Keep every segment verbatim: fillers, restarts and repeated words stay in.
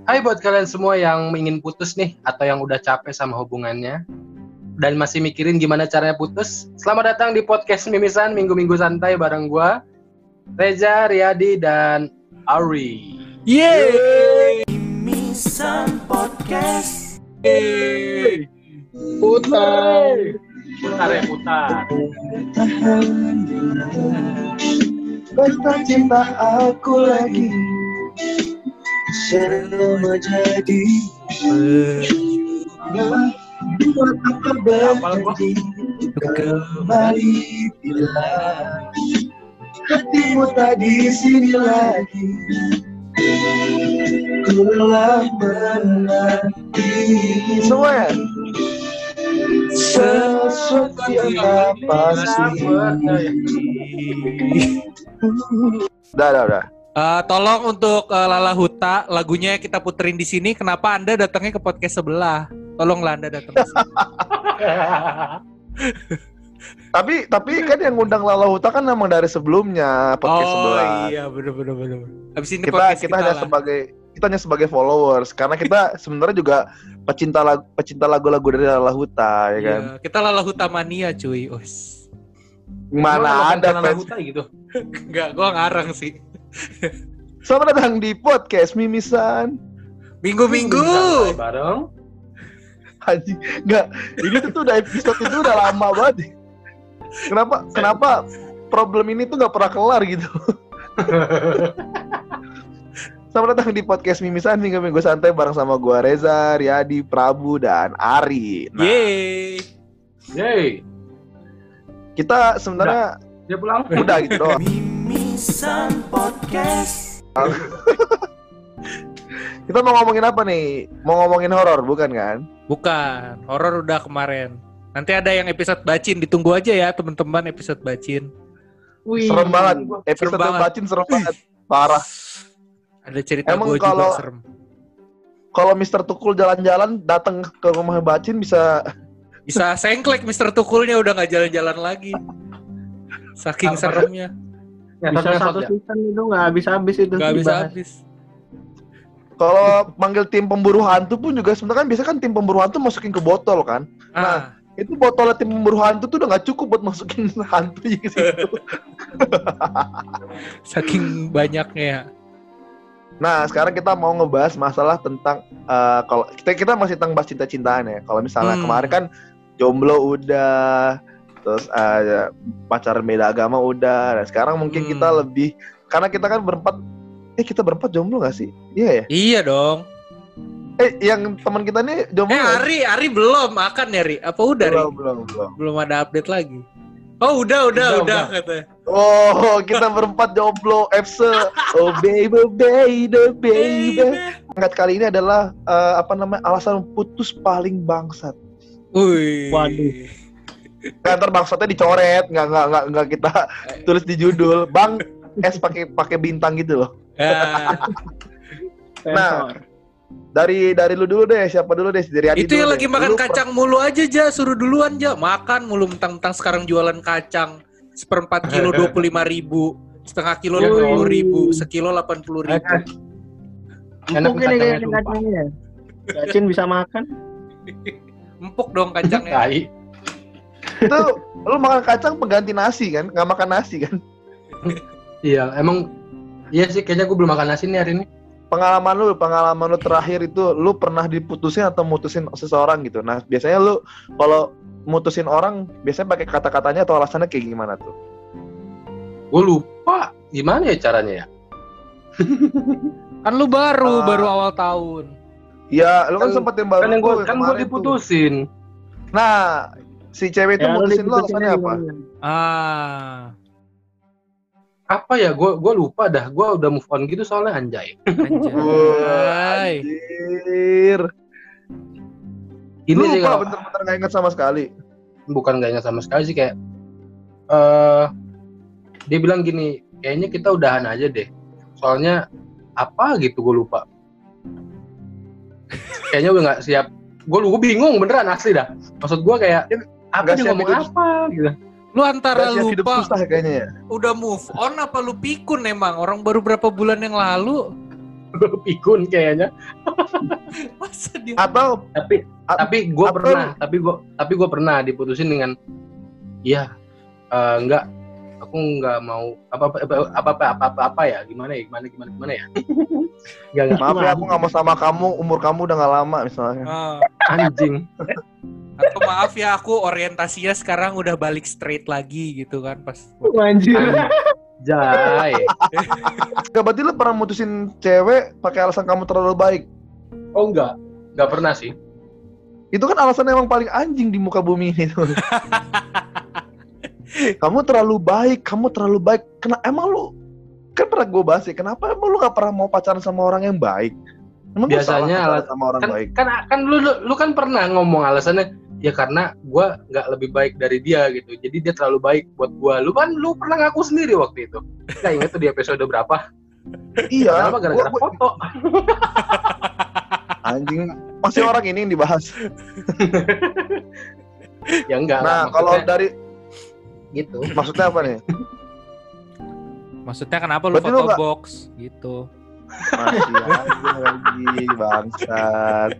Hai buat kalian semua yang ingin putus nih, atau yang udah capek sama hubungannya dan masih mikirin gimana caranya putus. Selamat datang di podcast Mimisan Minggu-Minggu Santai bareng gua, Reza, Riyadi, dan Ari. Yeay! Mimisan Podcast. Yeay! Putar! Putar ya, putar. Pesta cinta aku lagi selama jadi buat apa berhenti kembali bila hatimu tak di sini lagi. Ku lelah menanti semua sesuatu yang tak pasti. Udah, udah, udah. Uh, tolong untuk uh, Lala Huta, lagunya kita puterin di sini. Kenapa Anda datangnya ke podcast sebelah? Tolonglah Anda datang ke sini. tapi tapi kan yang ngundang Lala Huta kan memang dari sebelumnya podcast oh, sebelah. Oh iya, benar benar benar. Habis ini kita podcast kita, kita hanya lah. sebagai kita hanya sebagai followers karena kita sebenarnya juga pecinta lagu, pecinta lagu-lagu dari Lala Huta ya kan. Iya, kita Lala Huta mania cuy. Os. Mana ada Lala Huta gitu. Enggak, gua ngarang sih. Selamat datang di podcast Mimisan Minggu-minggu bareng. Haji, enggak. Ini tuh udah episode itu udah lama banget. Kenapa kenapa problem ini tuh nggak pernah kelar gitu? Selamat datang di podcast Mimisan Minggu-Minggu Santai bareng sama gua Reza, Riyadi, Prabu, dan Ari. Nah, yeay. Yeay. Kita sebenarnya Dia pulang. udah gitu doang. Mimisan Podcast. Kita mau ngomongin apa nih? Mau ngomongin horor bukan kan? Bukan, horor udah kemarin. Nanti ada yang episode bacin, ditunggu aja ya teman-teman episode bacin. Wih. Serem banget. Episode Serem banget. bacin serem banget. Parah. Ada cerita Emang gue kalau- juga serem. Kalau mister Tukul jalan-jalan datang ke rumah bacin bisa Bisa sengklek mister Tukulnya udah nggak jalan-jalan lagi. Saking Apa? seremnya, Bisa satu season itu nggak habis-habis itu. nggak bisa dibahas. habis. kalau manggil tim pemburu hantu pun juga sebenarnya kan biasa kan tim pemburu hantu masukin ke botol kan. Ah, Itu botolnya tim pemburu hantu tuh udah nggak cukup buat masukin hantu ke situ. saking banyaknya ya. Nah, sekarang kita mau ngebahas masalah tentang uh, kalau kita kita masih tentang bahas cinta-cintaan ya. Kalau misalnya Hmm. kemarin kan jomblo udah, terus uh, pacaran beda agama udah, dan sekarang mungkin Hmm. kita lebih karena kita kan berempat eh kita berempat jomblo nggak sih? Iya ya. Iya dong. Eh yang teman kita nih jomblo. Eh nggak sih? Ari, Ari belum makan ya Ri? Apa udah Ri? belum, belum, belum. Belum ada update lagi. Oh udah udah Udah, udah, udah. katanya. Oh, kita berempat jomblo F C. Oh baby, baby, baby. Angkat kali ini adalah uh, apa namanya alasan putus paling bangsat. Wih. Waduh. Nah, ntar bangsatnya dicoret, nggak nggak nggak nggak kita tulis di judul. Bang S pakai pakai bintang gitu loh. Ya. Nah, dari dari lu dulu deh, siapa dulu deh? Dari Adi Itu dulu yang deh. lagi makan Lu per- kacang mulu aja Ja, suruh duluan Ja. Makan mulu mentang-mentang sekarang jualan kacang seperempat kilo dua puluh lima ribu, setengah kilo lima puluh ribu, sekilo delapan puluh ribu. Enak Empuk ini kacangnya, kayaknya sumpah. kacangnya. Bacin bisa makan. Empuk dong kacangnya. Tai. Itu lu makan kacang pengganti nasi kan? Nggak makan nasi kan? Iya, emang iya sih kayaknya gue belum makan nasi nih hari ini. Pengalaman lu, pengalaman lu terakhir itu lu pernah diputusin atau mutusin seseorang gitu. Nah, biasanya lu kalau mutusin orang biasanya pakai kata-katanya atau alasannya kayak gimana tuh? Gue lupa gimana ya caranya ya. Kan lu baru, Ah. baru awal tahun. Ya, lu kan, Kan- sempet yang baru Kan yang gue tuh, kan gue kemarin tuh. diputusin. Nah, si cewek itu Ya, lu mutusin lu diputusin alasannya apa? gimana? Ah. Apa ya? Gue gue lupa dah. Gue udah move on gitu soalnya anjay. Anjay. Anjir. Ini Lu sih lupa kalau bener-bener gak inget sama sekali. bukan gak ingat sama sekali sih kayak eh dia bilang gini, kayaknya kita udahan aja deh. Soalnya apa gitu gue lupa. Kayaknya udah nggak siap. Gue lu bingung beneran asli dah. Maksud gue kayak apa Nggak dia siap ngomong hidup. apa gitu. Lu antara Gak siap hidup lupa susah kayaknya ya. udah move on apa lu pikun emang orang baru berapa bulan yang lalu? pikun kayaknya. Masa dia Atau Tapi A- tapi gue atau- pernah, tapi gue tapi gue pernah diputusin dengan, iya, eh, enggak, aku nggak mau apa apa apa apa apa apa, apa ya, gimana ya, gimana gimana gimana ya. Enggak enggak maaf ya aku nggak mau sama kamu, umur kamu udah nggak lama misalnya. Ah, anjing. atau maaf ya aku orientasinya sekarang udah balik straight lagi gitu kan pas. Anjir. Jai. Gak, berarti lu pernah mutusin cewek pakai alasan kamu terlalu baik? Oh enggak, enggak pernah sih. Itu kan alasan emang paling anjing di muka bumi ini tuh. Kamu terlalu baik, kamu terlalu baik. Kena emang lu kan pernah gue bahas ya, kenapa emang lu gak pernah mau pacaran sama orang yang baik? Emang lu Biasanya salah pacaran alas- sama orang Kan baik. kan kan lu, lu lu kan pernah ngomong alasannya, ya karena gue nggak lebih baik dari dia gitu. Jadi dia terlalu baik buat gue. Lu kan lu pernah ngaku sendiri waktu itu. Gak inget tuh di episode berapa? Iya, Kenapa gara-gara gua- gua- foto? anjing masih orang ini yang dibahas. Ya enggak. Nah, lah, kalau maksudnya dari gitu. maksudnya apa nih? Maksudnya kenapa lu Berarti lu foto nggak- box gitu? Masih aja lagi bangsat.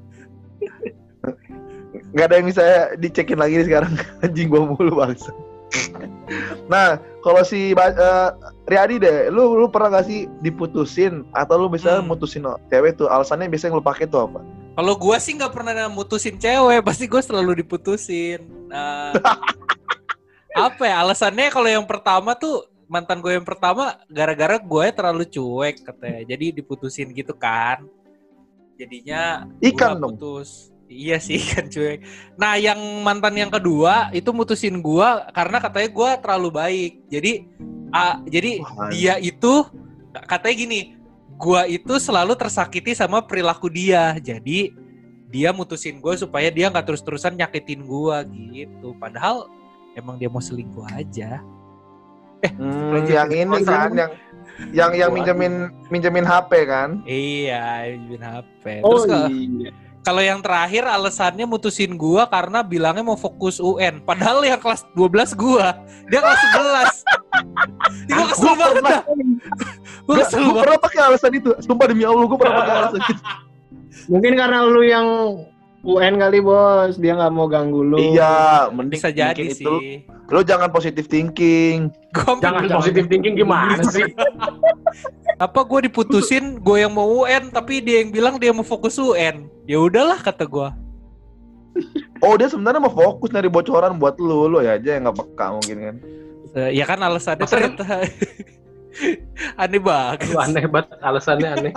Gak ada yang bisa dicekin lagi nih sekarang. Anjing gua mulu bangsat. Nah, kalau si uh, Riyadi deh, lu lu pernah gak sih diputusin atau lu bisa Hmm. mutusin cewek tuh? Alasannya biasanya yang lu pakai tuh apa? Kalau gua sih nggak pernah mutusin cewek, pasti gua selalu diputusin. Nah, apa ya alasannya? Kalau yang pertama tuh mantan gue yang pertama gara-gara gue terlalu cuek katanya, jadi diputusin gitu kan. Jadinya Ikan gua dong. putus. Iya sih kan cuek. Nah yang mantan yang kedua itu mutusin gue karena katanya gue terlalu baik. Jadi ah, jadi Wah, dia itu katanya gini, gue itu selalu tersakiti sama perilaku dia. Jadi dia mutusin gue supaya dia nggak terus-terusan nyakitin gue gitu. Padahal emang dia mau selingkuh aja. Hmm, Lanjut, yang lanjut. ini kan yang yang yang minjemin minjemin H P kan? Iya, izin H P. Oh Terus kalau iya. kalau yang terakhir alasannya mutusin gue karena bilangnya mau fokus U N. Padahal yang kelas dua belas gue, dia kelas sebelas. Ih, gue kesel Gua banget pernah- dah. Gue Gua, kesel gua banget. pernah pakai alasan itu. Sumpah demi Allah, gua pernah pakai alasan itu. Mungkin karena lu yang U N kali bos, dia nggak mau ganggu lu. Iya, mending Bisa jadi mungkin sih. itu. Lu jangan positive thinking. Gua Jangan positive thinking gimana sih? Apa gue diputusin, gue yang mau U N tapi dia yang bilang dia mau fokus U N. Ya udahlah kata gue. Oh, dia sebenarnya mau fokus nyari bocoran buat lu, lu ya aja yang nggak peka mungkin kan. Eh, ya kan alasannya Masa- ternyata aneh banget. Aduh, aneh banget alasannya aneh.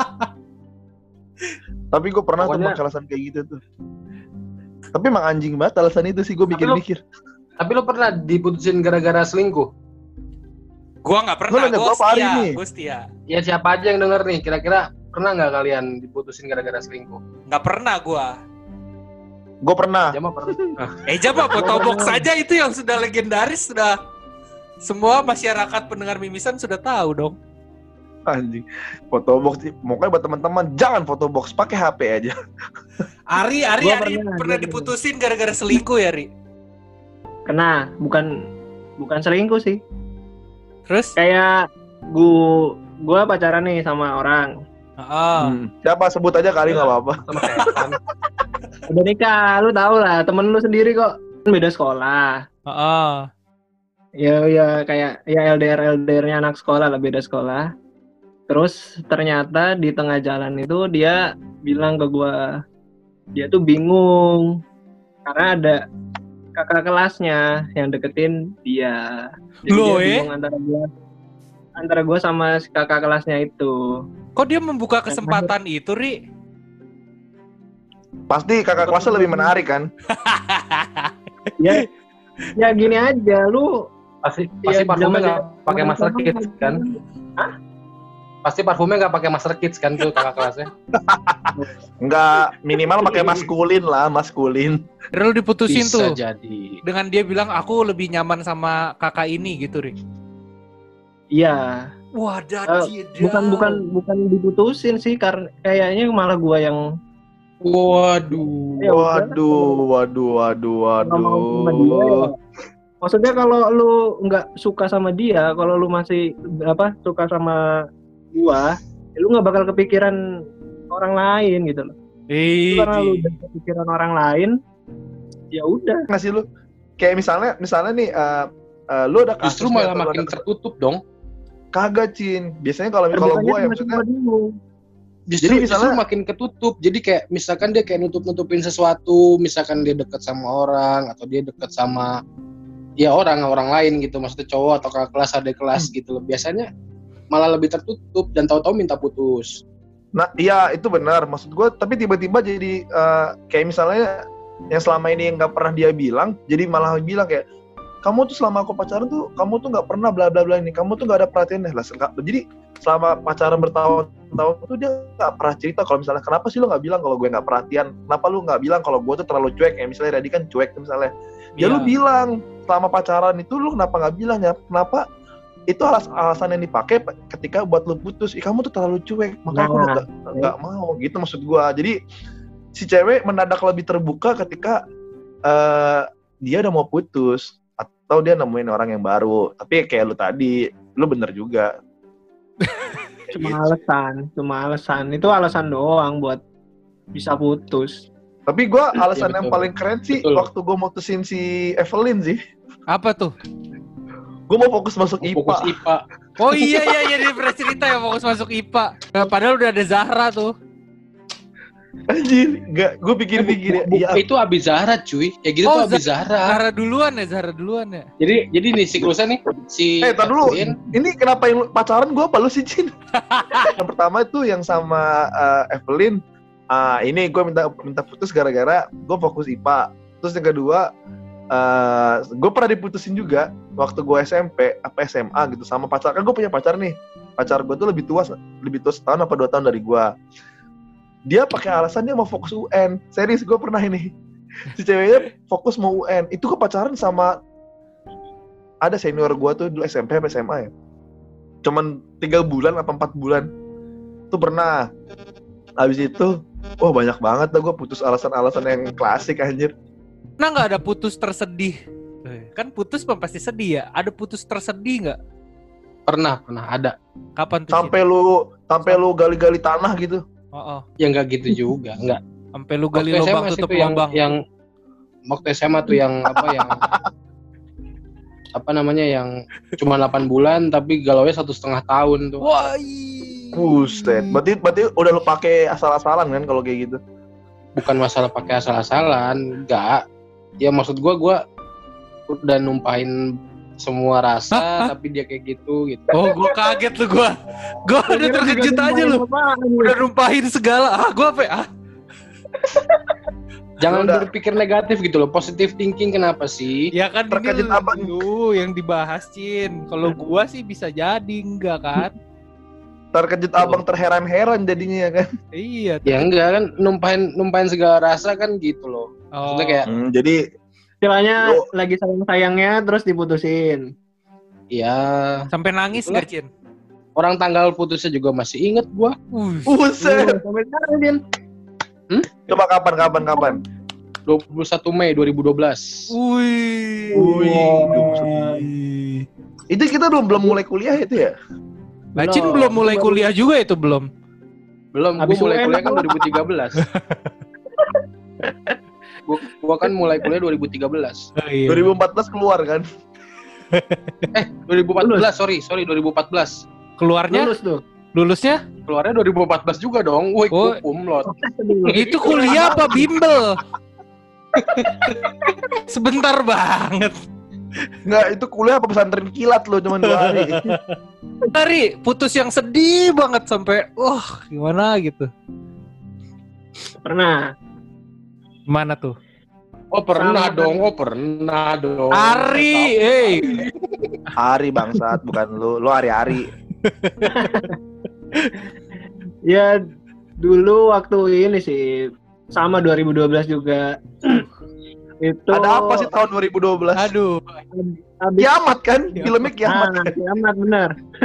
Tapi gue pernah tuh Pokoknya- pakai alasan kayak gitu tuh. Tapi emang anjing banget alasan itu sih, gue Tapi mikir-mikir. Tapi lo pernah diputusin gara-gara selingkuh? Gue nggak pernah. Lu nanya Gue gua apa hari setia. ini? Gue setia. Ya siapa aja yang denger nih, kira-kira pernah nggak kalian diputusin gara-gara selingkuh? Nggak pernah gue. Gue pernah. Aja mah pernah. Ah, Eh coba foto box aja itu yang sudah legendaris, sudah semua masyarakat pendengar mimisan sudah tahu dong. Anjing. Foto box, pokoknya buat teman-teman jangan foto box, pakai H P aja. Ari, Ari, Gua Ari pernah, pernah gua diputusin gara-gara selingkuh ya, Ri? Kena, bukan bukan selingkuh sih. Terus? Kayak gua gua pacaran nih sama orang. Heeh. Hmm. Siapa sebut aja kali nggak apa-apa. sama setan. Udah nikah, lu tau lah, temen lu sendiri kok. Kan beda sekolah. Heeh. Ya ya kayak ya L D R L D R-nya anak sekolah lah, beda sekolah. Terus ternyata di tengah jalan itu dia bilang ke gua, dia tuh bingung karena ada kakak kelasnya yang deketin dia. Jadi Loh, dia eh? bingung antara gua antara gua sama si kakak kelasnya itu. Kok dia membuka kesempatan itu, Ri? Pasti kakak kelasnya lebih menarik kan? Ya ya gini aja, lu Pasti pasti ya, parfumnya zaman- nggak pakai master zaman- kids kan? Pasti parfumnya nggak pakai master kids kan tuh kakak kelasnya? Nggak, minimal pakai maskulin lah, maskulin. Lu diputusin tuh Bisa jadi. dengan dia bilang aku lebih nyaman sama kakak ini gitu, Ri. Iya. Wadah, Eh, bukan bukan bukan diputusin sih, karena kayaknya malah gua yang Waduh. ya udah, Waduh, waduh, waduh, nggak mau sama dia, ya. waduh. Maksudnya kalau lu nggak suka sama dia, kalau lu masih apa suka sama gua, lu nggak bakal kepikiran orang lain gitu loh. Ih, Karena lu udah kepikiran orang lain, ya udah. Nggak sih lu? Kayak misalnya, misalnya nih, uh, uh, lu ada kasus Justru nih, malah atau lu makin ada- tertutup dong. kagak Cin. Biasanya kalau kalau Terbukannya gue ya cuma maksudnya, cuma bingung. Justru, Jadi justru misalnya- makin ketutup. Jadi kayak misalkan dia kayak nutup-nutupin sesuatu, misalkan dia dekat sama orang atau dia dekat sama ya orang orang lain gitu, maksudnya cowok atau kakak kelas adik kelas gitu loh. Biasanya malah lebih tertutup dan tahu-tahu minta putus. nah iya itu benar. Maksud gue, tapi tiba-tiba jadi uh, kayak misalnya yang selama ini yang nggak pernah dia bilang, jadi malah bilang kayak, kamu tuh selama aku pacaran tuh, kamu tuh nggak pernah bla bla bla ini, kamu tuh nggak ada perhatian deh lah. Jadi selama pacaran bertahun-tahun tuh dia nggak pernah cerita kalau misalnya kenapa sih lo nggak bilang kalau gue nggak perhatian, kenapa lu nggak bilang kalau gue tuh terlalu cuek, ya misalnya tadi kan cuek tuh misalnya, ya Iya. lu bilang selama pacaran itu lu kenapa nggak bilang ya, kenapa itu alas alasan yang dipakai ketika buat lu putus, ih kamu tuh terlalu cuek, makanya aku Nah. nggak nggak mau gitu maksud gue. Jadi si cewek mendadak lebih terbuka ketika uh, dia udah mau putus atau dia nemuin orang yang baru. Tapi kayak lu tadi, lu bener juga. Cuma alasan, cuma alasan. Itu alasan doang buat bisa putus. Tapi gue alasan Iya, yang betul. paling keren sih Betul. waktu gue mutusin si Evelyn sih. Apa tuh? Gue mau fokus masuk I P A. Fokus I P A. Oh iya iya iya dia pernah cerita ya fokus masuk I P A. Nah, padahal udah ada Zahra tuh. Anjir, enggak, gue pikir-pikir ya. Bu- Iya, itu Abi Zahra cuy. Kayak gitu Oh, tuh Abi Zah- Zahra. Zahra duluan ya, Zahra duluan ya. Jadi jadi nih siklusnya nih si eh tar dulu. Evelyn, Ini kenapa yang lu- pacaran gue apa lu sih, Cin? Yang pertama itu yang sama uh, Evelyn. Ah, ini gue minta minta putus gara-gara gue fokus I P A. Terus yang kedua, uh, gue pernah diputusin juga waktu gue S M P apa S M A gitu sama pacar. Kan gue punya pacar nih. Pacar gue tuh lebih tua, lebih tua setahun apa dua tahun dari gue. Dia pakai alasan dia mau fokus U N. Serius, gue pernah ini. Si ceweknya fokus mau U N. Itu gue pacaran sama ada senior gue tuh dulu S M P apa S M A ya. Cuman tiga bulan apa empat bulan. Itu pernah. Habis itu, wah banyak banget dah gue putus alasan-alasan yang klasik anjir. Pernah nggak ada putus tersedih? Eh, Kan putus mah pasti sedih ya. Ada putus tersedih nggak? pernah pernah ada. Kapan tuh? Sampai lu sampai lu gali-gali tanah gitu. Cin? Oh, oh. Ya enggak gitu juga, enggak. Sampai lu gali Waktu S M A lubang sih tutup tuh yang, lubang. yang waktu S M A tuh yang apa yang apa namanya yang cuma delapan bulan tapi galaunya satu setengah tahun tuh. Wah. ih. Buset. Berarti berarti udah lu pakai asal-asalan kan kalau kayak gitu. Bukan masalah pakai asal-asalan, enggak. Ya maksud gua gua udah numpahin semua rasa Hah? tapi dia kayak gitu gitu. Oh, gua kaget lu gua. Gua udah terkejut aja lu. Udah numpahin segala. Ah, gua apa ya? Ah, Jangan Udah. berpikir negatif gitu loh. Positive thinking kenapa sih? ya kan Terkejut ini apa? lu yang dibahas, Cin. Kalau gua sih bisa jadi enggak kan? Terkejut abang terheran-heran jadinya ya kan. Iya. Ya enggak kan numpahin numpahin segala rasa kan gitu loh. Oh. Maksudnya kayak Hmm, jadi Istilahnya Lu- lagi sayang-sayangnya terus diputusin. ya sampai nangis Itulah. enggak, Cin? orang tanggal putusnya juga masih inget gua. Uh. buset. Sampai sekarang, Din. Coba kapan kapan kapan. dua puluh satu Mei dua ribu dua belas. Wih. Wih. Itu kita belum belum mulai kuliah itu ya? Nah, Cin belum mulai kuliah juga itu belum. Belum, gua Habis mulai U N kuliah kan apa? dua ribu tiga belas. gua, gua kan mulai kuliah dua ribu tiga belas. Oh, iya. dua ribu empat belas keluar kan? Eh, dua ribu empat belas, sorry, sorry dua ribu empat belas. Keluarnya Lulus tuh. lulusnya Keluarnya dua ribu empat belas juga dong. Woi, Oh. kumlot. itu kuliah apa bimbel? Sebentar banget. Enggak, itu kuliah apa pesantren kilat lo cuma dua hari. Dari putus yang sedih banget sampai wah gimana gitu. Pernah. Gimana tuh? Oh, pernah Sama. dong. Oh, pernah dong. Ari, eh. Hari bangsat, bukan lu. Lu hari-hari. Ya dulu waktu ini sih sama dua ribu dua belas juga. Itu Ada apa sih tahun dua ribu dua belas? Aduh. habis Kiamat kan? Filmnya kiamat. Nah, kiamat bener.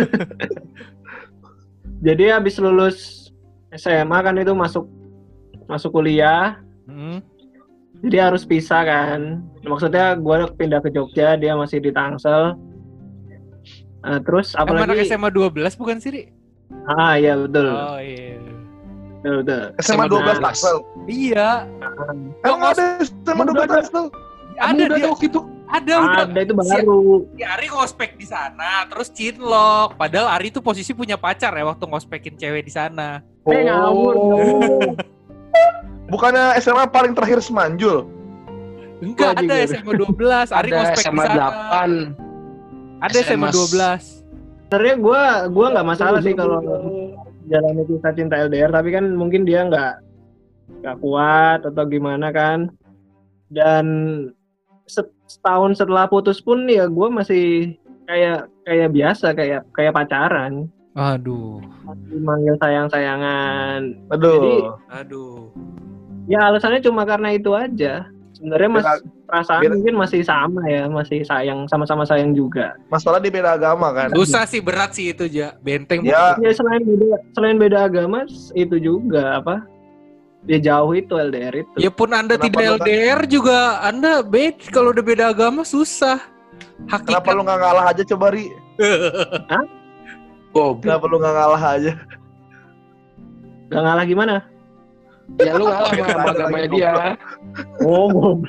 Jadi habis lulus S M A kan itu masuk masuk kuliah, Hmm. jadi harus pisah kan. Maksudnya gue pindah ke Jogja, dia masih di Tangsel. Nah, terus Emang anak apalagi S M A dua belas bukan sih, Ri? Ah iya betul. Oh iya. Betul, betul. S M A dua belas Taksel. Iya. Emang ada S M A dua belas Taksel? Ada Udah dia. ada waktu itu. Ada udah. Ada itu baru. Si Ari ngospek di sana, terus cinlok. Padahal Ari tuh posisi punya pacar ya waktu ngospekin cewek di sana. Eh ngawur. Oh. Bukannya S M A paling terakhir Semanjul? Enggak, Wah, ada juga. S M A dua belas. Ari Ada ngospek S M di A sana. delapan. Ada S M A dua belas. Sebenarnya gue gue nggak masalah sih kalau jalan itu kisah cinta L D R, tapi kan mungkin dia nggak nggak kuat atau gimana kan. Dan set- setahun setelah putus pun ya gue masih kayak kayak biasa, kayak kayak pacaran, Aduh. masih manggil sayang-sayangan. Aduh. Jadi- Aduh. Ya alasannya cuma karena itu aja. Sebenarnya mas Beda- perasaan beda- mungkin masih sama ya, masih sayang, sama-sama sayang juga. Masalah di beda agama kan? Susah sih, berat sih itu, Ja. Benteng. Ya, Ya selain beda selain beda agama itu juga apa? Ya jauh itu L D R itu. Ya pun Anda Kenapa tidak lu L D R juga, Anda beda. Kalau udah beda agama susah. kenapa Hakikat. lu nggak ngalah aja coba Ri? Goblok. Kenapa lu nggak ngalah aja? Gak ngalah gimana? Ya lu ngalah sama agamanya dia. Oh, goblok.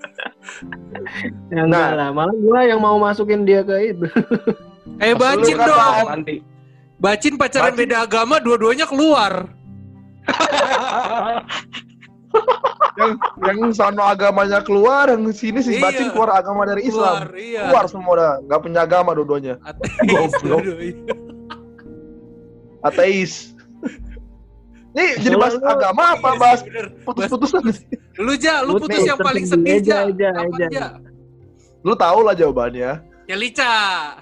Ya enggak Nah. lah, malah gua yang mau masukin dia ke itu. Eh, Bacin Lu kan dong. tahu. Nanti. Bacin pacaran Bacin. beda agama, dua-duanya keluar. yang yang sono agamanya keluar, yang sini si Iya. Bacin keluar agama dari Islam. Keluar, iya. Keluar semua udah, nggak punya agama dua-duanya. Ateis. Goblok. dua-duanya. Ateis. Nih jadi bahas Kalau lu- agama apa Iya bahas sih, bener. putus-putusan sih? Lu, Ja, lu Lu putus nih, yang paling tertinggi sedih, Ja. aja, aja, Kapan, aja. Ja? Lu tau lah jawabannya. Ya, Lica.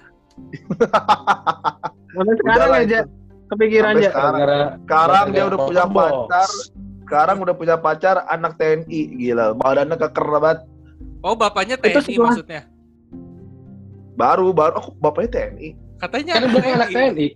Sampai sekarang Udahlah aja itu. kepikiran Sampai aja. sekarang. Sekarang dia udah punya pacar. Sekarang udah punya pacar anak T N I, gila. Badannya keker banget. Oh, bapaknya T N I Itu setelah- maksudnya. Baru, baru. Aku bapaknya T N I. Katanya Kan bukan anak T N I.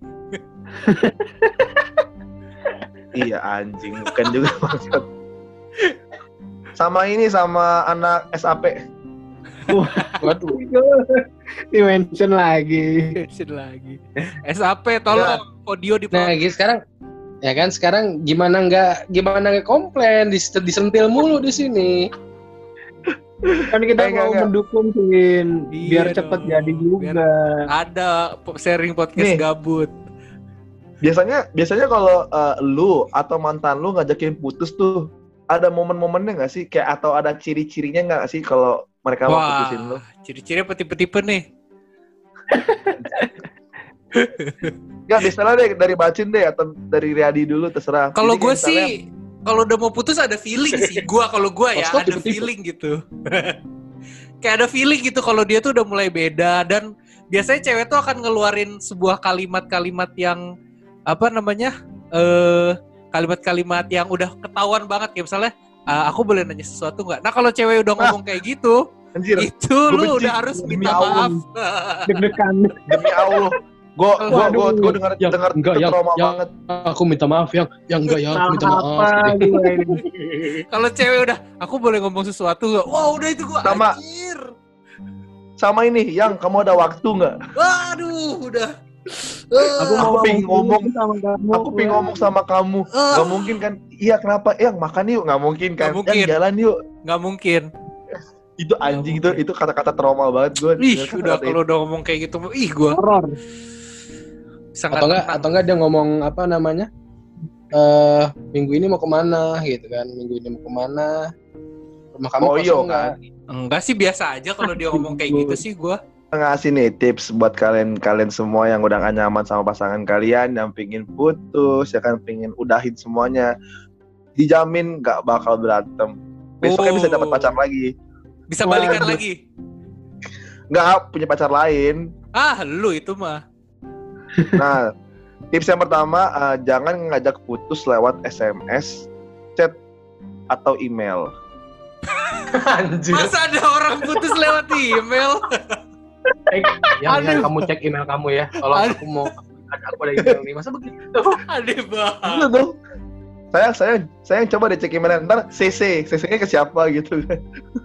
Iya anjing, bukan juga maksud. Sama ini sama anak S A P. Waduh. Dimension lagi. Mention lagi. S A P tolong audio di Nah, gitu sekarang ya kan sekarang gimana nggak gimana nggak komplain dis- disentil mulu di sini. Kan kita Enggak, enggak, mau enggak. mendukung Vin, Iya biar dong, cepet jadi juga. ada po- sharing podcast Nih. gabut. Biasanya biasanya kalau uh, lu atau mantan lu ngajakin putus tuh ada momen-momennya nggak sih? Kayak atau ada ciri-cirinya nggak sih kalau mereka mau Wah, putusin lu? ciri-ciri apa tipe-tipe nih? Nggak, misalnya deh dari Bacin deh atau dari Riyadi dulu terserah. Kalau Jadi gue kayak misalnya- sih, kalau udah mau putus ada feeling sih. Gua kalau gue ya Stop, ada tipe-tipe. feeling gitu. Kayak ada feeling gitu kalau dia tuh udah mulai beda, dan biasanya cewek tuh akan ngeluarin sebuah kalimat-kalimat yang apa namanya? eh kalimat-kalimat yang udah ketahuan banget, kayak misalnya "Ah, aku boleh nanya sesuatu nggak?" Nah, kalau cewek udah ngomong kayak gitu, Anjir, itu gua lu benci. udah harus Demi minta Allah. maaf. Deg-degan. demi Allah. Gue gue gue gue dengar Yang- dengar enggak, itu yang- trauma yang- banget. Aku minta maaf yang yang enggak ya, aku Salah minta maaf. apa gue ini? Kalau cewek udah, aku boleh ngomong sesuatu nggak? Wah, udah itu gua Sama. anjir. Sama ini, yang kamu ada waktu nggak? Waduh, udah. Aku Aku mau pengen ngomong. sama kamu. Aku pengen ngomong sama kamu. Ah. Gak mungkin kan? Iya kenapa? Yang makan yuk, nggak mungkin kan? Nggak mungkin. Yang jalan yuk. Nggak mungkin. Itu anjing itu itu kata-kata trauma banget gue. Ih, udah kalau udah ngomong kayak gitu, ih gua Horor. sangat Atau enggak tenang. atau enggak dia ngomong apa namanya? Eh, minggu ini mau kemana gitu kan. Minggu ini mau kemana? Rumah kamu Oh, kosong iya, enggak? Enggak sih, biasa aja kalau dia ngomong kayak gitu sih gua. ngasih nih tips buat kalian kalian semua yang udah gak nyaman sama pasangan kalian, yang pingin putus, ya kan pingin udahin semuanya, dijamin gak bakal berantem. Besoknya Oh. bisa dapat pacar lagi. Bisa balikan Waduh. lagi. Nggak punya pacar lain. Ah, lu itu mah. Nah, tips yang pertama, eh, jangan ngajak putus lewat S M S, chat, atau email. Anjir. Masa ada orang putus lewat email? Yang, yang Aduh. kamu cek email kamu ya. Kalau Aduh. aku mau ada aku ada email nih. Masa begitu? Aneh banget. Gitu tuh. Saya saya saya yang coba deh cek emailnya, ntar C C, C C-nya ke siapa gitu kan.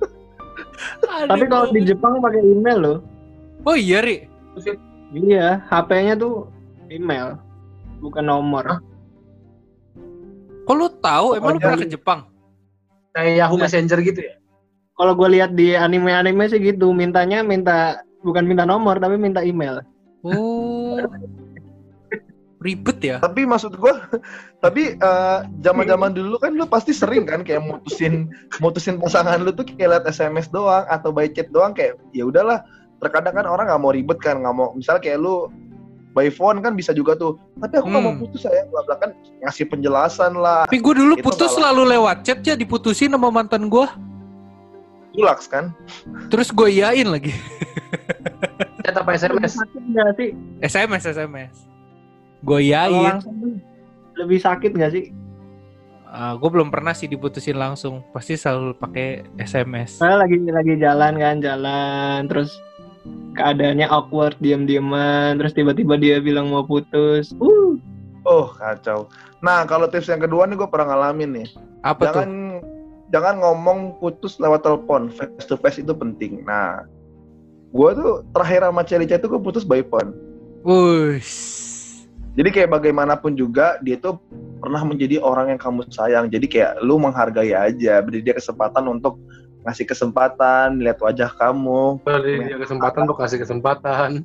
Aneh Tapi kalau di banget. Jepang pakai email loh. Oh iya, Ri. Iya, H P-nya tuh email. bukan nomor. Hah? Kok lu tahu? Emang lu Pokoknya- pernah ke Jepang? Kayak Yahoo Nah. Messenger gitu ya? Kalau gue lihat di anime-anime sih gitu, mintanya minta bukan minta nomor tapi minta email. Oh. Ribet ya? Tapi maksud gua, tapi eh, zaman-zaman dulu kan lu pasti sering kan kayak mutusin mutusin pasangan lu tuh kayak liat S M S doang atau by chat doang, kayak ya udahlah. Terkadang kan orang nggak mau ribet kan, nggak mau misal kayak lu by phone kan bisa juga tuh. Tapi aku nggak mau Hmm. putus saya, bla bla kan ngasih penjelasan lah. Tapi gue dulu Itu putus nggak selalu lewat chat ya, diputusin sama mantan gue. Relax kan? Terus gue iyain lagi. Chat apa S M S? Sakit nggak sih? S M S, S M S. Gue Kalau iyain. langsung lebih sakit nggak sih? Uh, gue belum pernah sih diputusin langsung. Pasti selalu pakai S M S. Saya lagi lagi jalan kan, jalan terus keadaannya awkward, diam-diaman, terus tiba-tiba dia bilang mau putus. Uh, Oh kacau. Nah kalau tips yang kedua nih gue pernah ngalamin nih. Apa jangan tuh? jangan ngomong putus lewat telepon, face to face itu penting. Nah, gue tuh terakhir sama Celica itu gue putus by phone. Wush. Jadi kayak bagaimanapun juga dia tuh pernah menjadi orang yang kamu sayang. Jadi kayak lu menghargai aja, beri dia kesempatan untuk ngasih kesempatan, lihat wajah kamu. Beri dia kesempatan untuk kasih kesempatan.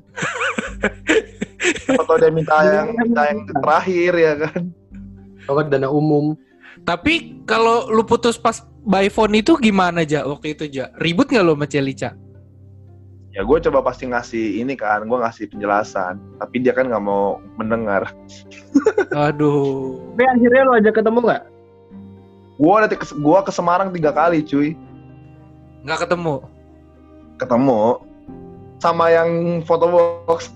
Atau dia minta yang minta yang terakhir ya kan. Kalau dana umum. Tapi kalau lu putus pas by phone itu gimana aja waktu itu aja? Ribut nggak lo sama Celica? Ya gue coba pasti ngasih ini kan, gue ngasih penjelasan. Tapi dia kan nggak mau mendengar. Aduh. tapi akhirnya lo ajak ketemu nggak? Gue ada ke, gua ke Semarang tiga kali cuy. Nggak ketemu. Ketemu sama yang foto box.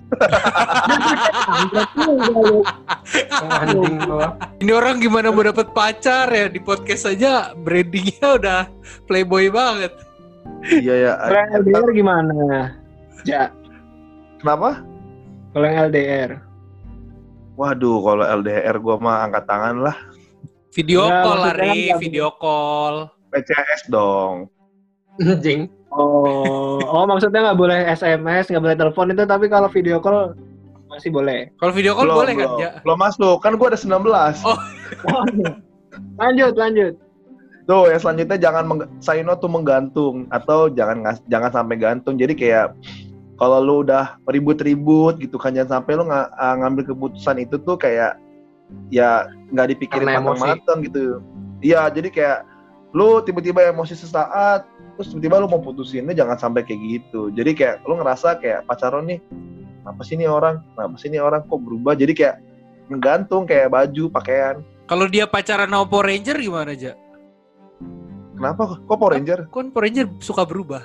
Anjing gua. Ini orang gimana mau dapet pacar ya? Di podcast aja brandingnya udah playboy banget. Iya ya. Kalau yang L D R gimana? Ja, Kenapa? kalau yang L D R. Waduh, kalau L D R gue mah angkat tangan lah. Video Nggak, call lah, maksudnya kan Ri. nggak- Video call. P C S dong. Anjing. Oh, oh maksudnya nggak boleh S M S, nggak boleh telepon itu, tapi kalau video call masih boleh. Kalau video call belum, boleh kan, belum. Ja? Belum masuk, kan gue ada sembilan belas. Oh. lanjut, lanjut. Tuh, yang selanjutnya jangan meng- say no tuh menggantung atau jangan ngas- jangan sampai gantung. Jadi kayak kalau lu udah ribut-ribut gitu kan, jangan sampai lu nga- ah, ngambil keputusan itu tuh kayak ya nggak dipikirin Karena emosi. matang-matang gitu. Iya, jadi kayak lu tiba-tiba emosi sesaat, terus tiba-tiba lu mau putusinnya, jangan sampai kayak gitu. Jadi kayak lu ngerasa kayak pacaran nih, kenapa sih ini orang, kenapa sih ini orang kok berubah? Jadi kayak menggantung kayak baju, pakaian. Kalau dia pacaran sama Power Ranger gimana aja? Kenapa? Kok Power Ranger? Kan Power Ranger suka berubah.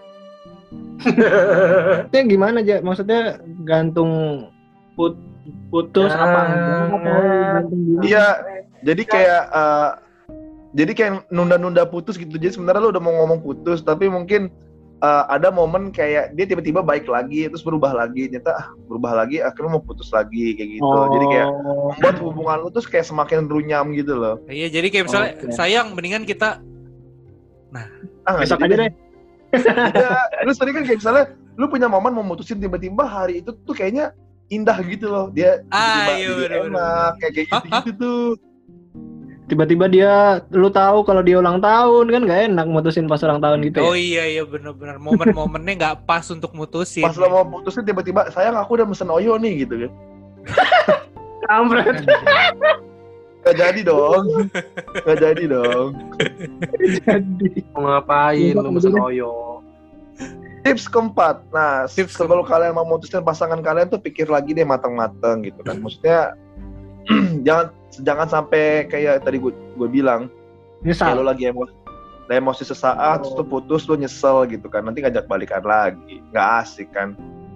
Maksudnya gimana aja? Maksudnya gantung put, putus Ya. apa enggak? Apa gantung gimana? Iya, jadi kayak eh, jadi kayak nunda-nunda putus gitu. Jadi sebenarnya lu udah mau ngomong putus, tapi mungkin eh, ada momen kayak dia tiba-tiba baik lagi, terus berubah lagi, ternyata ah, berubah lagi, akhirnya mau putus lagi kayak gitu. Oh. Jadi kayak membuat hubungan lu tuh kayak semakin runyam gitu loh. Iya, jadi kayak misalnya Oke. sayang mendingan kita Ah, nggak besok jadi aja deh. deh. Iya, terus tadi kan kayak misalnya lu punya momen mau mutusin tiba-tiba hari itu tuh kayaknya indah gitu loh. Dia Ah, tiba-tiba iya, jadi bener-bener. enak kayak kayak gitu-gitu tuh. Tiba-tiba dia, lu tahu kalau dia ulang tahun kan nggak enak mutusin pas ulang tahun gitu Oh ya. iya iya benar-benar momen-momennya nggak pas untuk mutusin. Pas lo mau putusin tiba-tiba sayang aku udah mesen Oyo nih gitu kan. Kampret. Gak jadi dong. Gak jadi dong. Jadi. Mau ngapain lu mesen Oyo? Tips keempat. Nah, Tips sebelum kalian mau memutuskan pasangan kalian tuh pikir lagi deh matang-matang gitu kan. Maksudnya jangan jangan sampai kayak tadi gue gue bilang, kayak lo Nyesal. lagi emosi, emosi sesaat, terus tuh putus lo nyesel gitu kan. Nanti ngajak balikan lagi. Nggak asik kan.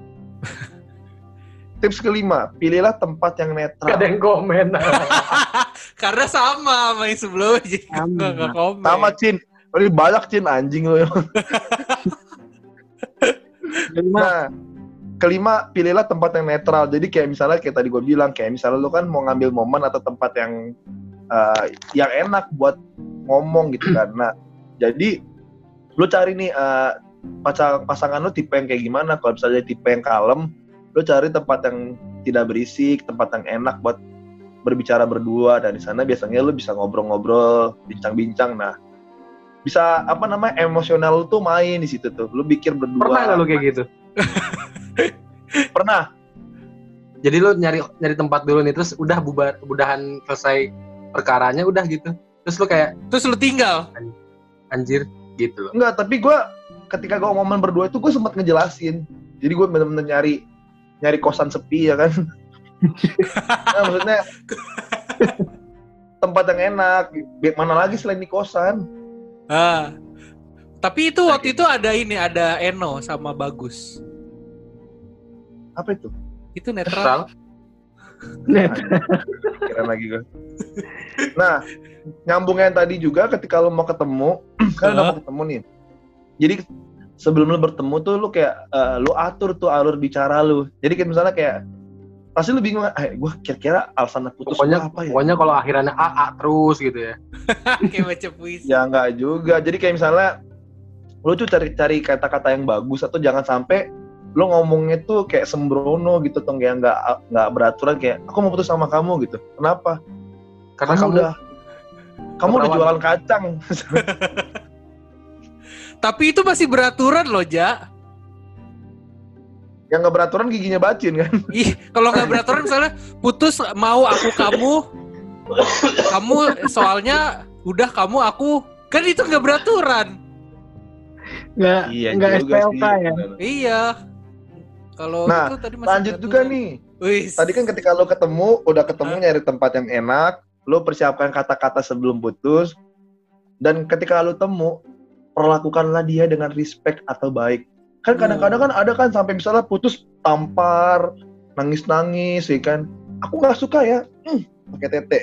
Tips kelima, pilihlah tempat yang netral. Gak ada yang komen. Karena sama sama yang sebelumnya jadi Sama. nggak nggak komen. Sama Cin. Ini banyak Cin anjing lo. Kelima, Nah, kelima, pilihlah tempat yang netral. Jadi kayak misalnya kayak tadi gue bilang, kayak misalnya lu kan mau ngambil momen atau tempat yang uh, yang enak buat ngomong gitu kan. Nah, jadi lu cari nih uh, pasangan pasangan lu tipe yang kayak gimana. Kalau misalnya tipe yang kalem, lu cari tempat yang tidak berisik, tempat yang enak buat berbicara berdua, dan di sana biasanya lu bisa ngobrol-ngobrol, bincang-bincang. Nah, bisa apa namanya emosional lu tuh main di situ tuh. Lu pikir berdua. Pernah nggak lu kayak gitu? Pernah. Jadi lu nyari nyari tempat dulu nih, terus udah bubar, udahan selesai perkaranya udah gitu. Terus lu kayak Terus lu tinggal. anjir gitu loh. Enggak, tapi gue ketika gue momen berdua itu gue sempat ngejelasin. Jadi gue bener-bener nyari nyari kosan sepi ya kan. Nah, maksudnya tempat yang enak. Mana lagi selain di kosan? Ah. Tapi itu waktu itu ada ini, ada Eno sama Bagus. Apa itu? Itu netral. Net. Kira lagi gue. Nah, nyambungnya yang tadi juga ketika lu mau ketemu, kan udah mau ketemu nih. Jadi sebelum lu bertemu tuh lu kayak uh, lu atur tuh alur bicara lu. Jadi kayak misalnya kayak pasti lu bingung, eh gue kira-kira alasan putus Pokoknya apa ya? pokoknya kalau akhirannya A A terus gitu ya. Kayak baca puisi. Ya enggak juga. Jadi kayak misalnya lu tuh cari-cari kata-kata yang bagus, atau jangan sampai lu ngomongnya tuh kayak sembrono gitu, tuh kayak nggak nggak beraturan, kayak aku mau putus sama kamu gitu. Kenapa? Karena kamu kamu udah kamu udah keperawan. jualan kacang. Tapi itu masih beraturan loh, Ja. Yang nggak beraturan giginya bacin kan. Ih, kalau nggak beraturan misalnya putus mau aku kamu, kamu soalnya udah kamu aku, kan itu nggak beraturan. Nggak, Iya nggak S juga P L K sih. ya. Iya. Kalau Nah, itu tadi masih Lanjut juga beraturan. nih. Wih. Tadi kan ketika lo ketemu, udah ketemu nyari tempat yang enak, lo persiapkan kata-kata sebelum putus, dan ketika lo temu, perlakukanlah dia dengan respect atau baik. Kan kadang-kadang kan ada kan sampai misalnya putus tampar, nangis-nangis, ya kan. Aku nggak suka ya, hmm, pakai tete.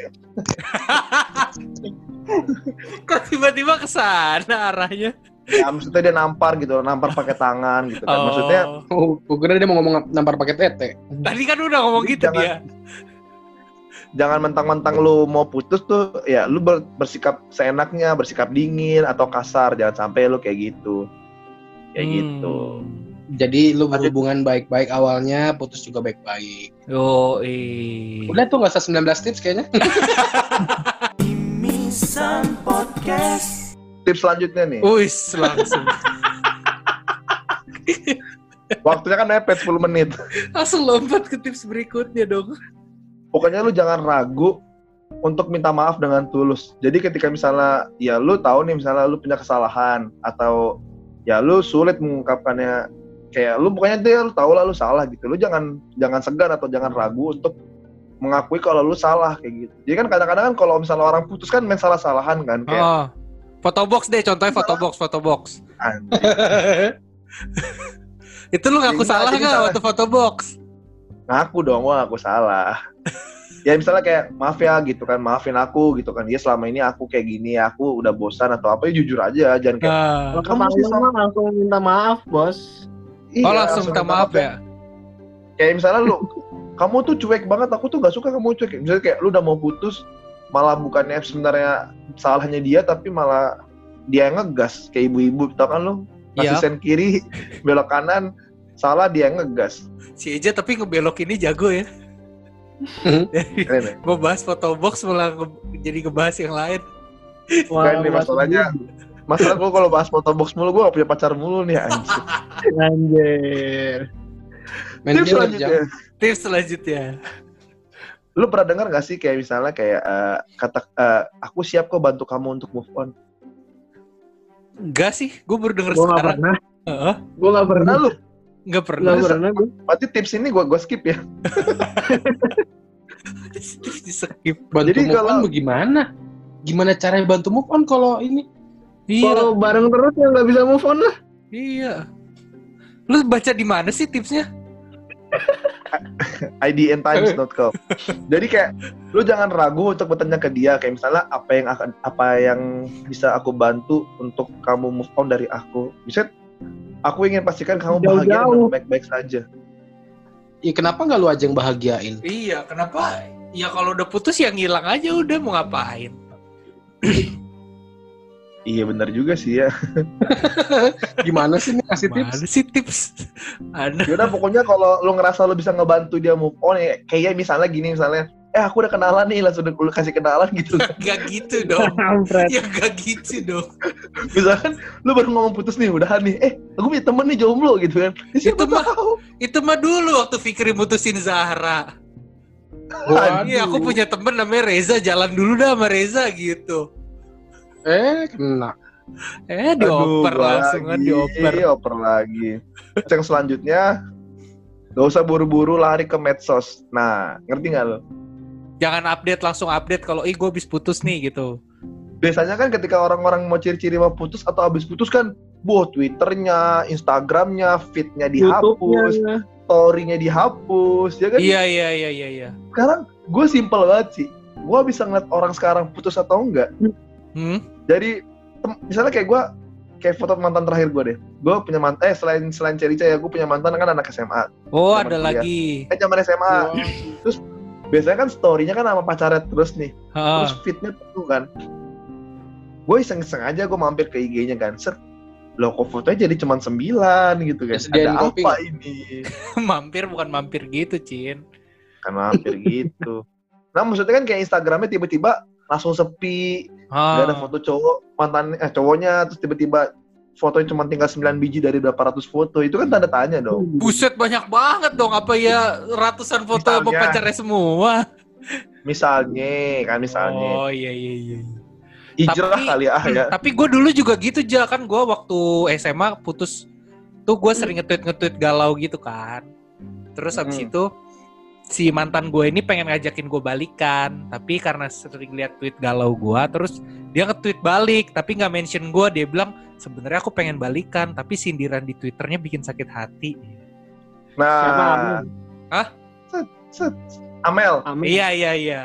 Kok tiba-tiba kesana arahnya? Ya, maksudnya dia nampar gitu, nampar pakai tangan gitu kan. Oh. Maksudnya Oh, gue kira dia mau ngomong nampar pakai tete. Tadi kan udah ngomong Jadi gitu jangan- dia. jangan mentang-mentang lu mau putus tuh, ya lu ber- bersikap seenaknya, bersikap dingin atau kasar, jangan sampai lu kayak gitu. Kayak Hmm. gitu. Jadi lu berhubungan baik-baik awalnya, putus juga baik-baik. Yo, eh. Udah tuh nggak usah sembilan belas tips kayaknya. Mimisan Podcast. Tips selanjutnya nih. Wis langsung. Waktunya kan mepet sepuluh menit. Langsung lompat ke tips berikutnya dong. Pokoknya lu jangan ragu untuk minta maaf dengan tulus. Jadi ketika misalnya ya lu tahu nih misalnya lu punya kesalahan, atau ya lu sulit mengungkapkannya, kayak lu pokoknya dia lu tahu lah lu salah gitu. Lu jangan jangan segan atau jangan ragu untuk mengakui kalau lu salah kayak gitu. Jadi kan kadang-kadang kan kalau misalnya orang putus kan main salah-salahan kan, kayak Oh. Fotobox deh, contohnya fotobox, fotobox. anjing. Itu lu ngaku Jadi salah jadi nggak salah. waktu fotobox? Ngaku dong, wah aku salah. Ya misalnya kayak maaf ya gitu kan, maafin aku gitu kan. Ya selama ini aku kayak gini, aku udah bosan atau apa, ya jujur aja, jangan kayak Nah. Kalau Kamu kamu sih sama- mah langsung minta maaf, bos. iya, Oh langsung minta maaf ya? Kayak misalnya lu, kamu tuh cuek banget, aku tuh gak suka kamu cuek. Misalnya kayak lu udah mau putus, malah bukannya sebenarnya salahnya dia, tapi malah dia yang ngegas. Kayak ibu-ibu, tau kan lu? Kasih Iya. sen kiri, belok kanan, salah dia yang ngegas. Si Eja tapi ngebelok ini jago ya. Keren ya? Gue bahas fotobox malah nge- jadi ngebahas yang lain. Bukan nih masalahnya. Masalah gue kalau bahas motobox mulu, gue gak punya pacar mulu nih anjir. Anjir. Main Tips game selanjutnya. jam. Tips selanjutnya. Lu pernah dengar gak sih kayak misalnya kayak eh, kata eh, aku siap kok bantu kamu untuk move on. Enggak sih, gue baru denger Gue nggak sekarang. pernah. Heeh. Gue nggak pernah. Pernah lu? Nggak pernah. Nggak pernah gue. Berarti tips ini gue gue skip ya. Tips di skip. Bantu Jadi move kalau- on bagaimana? Gimana caranya bantu move on kalau ini? Iya, Kalau bareng terus ya nggak bisa move on lah. iya. Lu baca di mana sih tipsnya? i d n times dot com. Jadi kayak lu jangan ragu untuk bertanya ke dia, kayak misalnya apa yang akan apa yang bisa aku bantu untuk kamu move on dari aku. Bisa, aku ingin pastikan kamu bahagia Jauh-jauh. dan baik-baik saja. Ya kenapa nggak lu aja yang bahagiain? Iya, kenapa? Ya kalau udah putus ya ngilang aja udah, mau ngapain? Iya benar juga sih ya. Gimana sih nih kasih tips? Mana sih tips? Ada. Yaudah pokoknya kalau lu ngerasa lu bisa ngebantu dia move on ya, kayak misalnya gini misalnya, eh aku udah kenalan nih, langsung udah kasih kenalan gitu. Gak gitu dong. Kampret. Ya gak gitu dong. Misalkan lu baru ngomong putus nih, udahan nih, eh aku punya temen nih jomblo gitu kan. Ya, siapa Itu mah- tahu? Itu mah dulu waktu Fikri mutusin Zahra. Waduh. Iya, aku punya temen namanya Reza, jalan dulu dah sama Reza gitu. Eh, kena. Eh, Aduh, dioper gua langsung kan, lagi, dioper. Dioper lagi. Terus yang selanjutnya, gak usah buru-buru lari ke medsos. Nah, ngerti gak lo? Jangan update, langsung update kalau ih gue habis putus nih gitu. Biasanya kan ketika orang-orang mau ciri-ciri mau putus atau habis putus kan, boh Twitternya, Instagramnya, feednya dihapus, YouTube-nya. story-nya dihapus, ya kan? Iya, iya, iya, iya, iya. Sekarang gue simpel banget sih. Gue bisa ngeliat orang sekarang putus atau enggak. Hmm? Jadi tem- misalnya kayak gue, kayak foto mantan terakhir gue deh. Gue punya mantan, eh selain selain Cerica ya, gue punya mantan kan anak S M A. Oh, Zaman ada kuliah. lagi. Eh zaman S M A. Terus biasanya kan story-nya kan sama pacarnya terus nih. Terus Heeh. feed-nya penuh kan. Gue iseng-iseng aja gue mampir ke I G-nya kan. Set. Loh kok fotonya jadi cuma sembilan gitu kan. Ya, sediain Ada kopi apa nggak? ini? Mampir bukan mampir gitu, Cin. Kan mampir gitu. Nah maksudnya kan kayak Instagramnya tiba-tiba langsung sepi. Gak ada Ah. foto cowok, mantan, eh cowoknya. Terus tiba-tiba fotonya cuma tinggal sembilan biji dari berapa ratus foto. Itu kan tanda tanya dong. Buset, banyak banget dong. Apa ya ratusan foto sama Misalnya. pacarnya semua? Misalnya, kan misalnya. Oh, iya, iya, iya. Hijrah tapi- kali ah ya. Tapi gue dulu juga gitu, Ja. Kan gue waktu S M A putus tuh gue sering nge-tweet-nge-tweet galau gitu kan. Terus habis Hmm. itu si mantan gue ini pengen ngajakin gue balikan, tapi karena sering lihat tweet galau gue, terus dia nge-tweet balik tapi nggak mention gue. Dia bilang sebenarnya aku pengen balikan, tapi sindiran di Twitternya bikin sakit hati. Siapa Nah, Amel? set. Amel, Amel. Iya, iya, iya.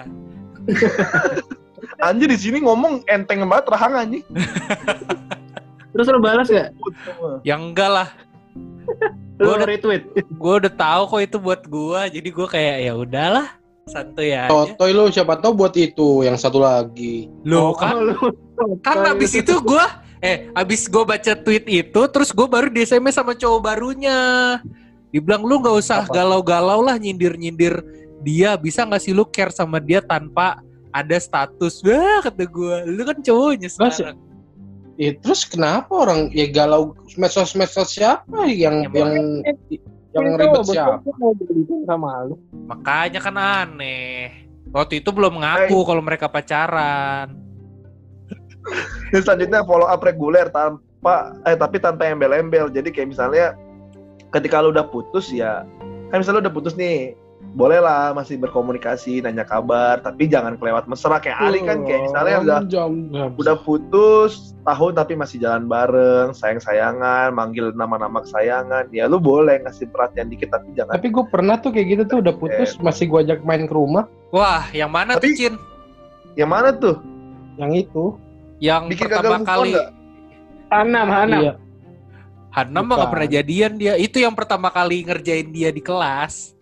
anjir di sini ngomong enteng banget rahang anjing. Terus lo balas gak? Yang enggak lah. Lo Gua udah- retweet. Gue udah tahu kok itu buat gue, jadi gue kayak ya udahlah, santuy aja. Totoy lo siapa tahu buat itu yang satu lagi. Loh kan, Oh, lo- kan abis itu gue, eh abis gue baca tweet itu, terus gue baru di S M S sama cowok barunya. Dibilang lu nggak usah Apa? galau-galau lah nyindir-nyindir dia, bisa nggak sih lu care sama dia tanpa ada status? Wah kata gue, lu kan cowoknya sekarang. Ya, terus kenapa orang ya galau medsos-medsos siapa yang Ya, yang yang Itu ribet betul siapa? tuh mau balikan sama lu. Makanya kan aneh. Waktu itu belum ngaku kalau mereka pacaran. Dan selanjutnya follow up reguler tanpa eh tapi tanpa embel-embel. Jadi kayak misalnya ketika lu udah putus ya, kan misalnya lu udah putus nih, boleh lah masih berkomunikasi, nanya kabar, tapi jangan kelewat mesra kayak Ali kan kayak misalnya udah udah putus tahun tapi masih jalan bareng, sayang-sayangan, manggil nama-nama kesayangan. Ya lu boleh ngasih perhatian dikit tapi jangan. Tapi gue pernah tuh kayak gitu tuh udah putus masih gue ajak main ke rumah. Wah, yang mana Tapi- tuh Cin? Yang mana tuh? Yang itu. Yang Bikin pertama gagal move on kali nggak? Hanam, Hanam. Iya. Hanam mah nggak Bukan. pernah jadian dia. Itu yang pertama kali ngerjain dia di kelas.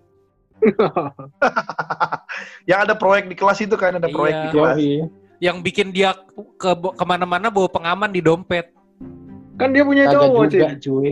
Yang ada proyek di kelas itu kan ada proyek Iya. di kelas. Yoi. Yang bikin dia ke kemana-mana bawa pengaman di dompet. Kan dia punya Kagak cowok, juga Cin. cuy.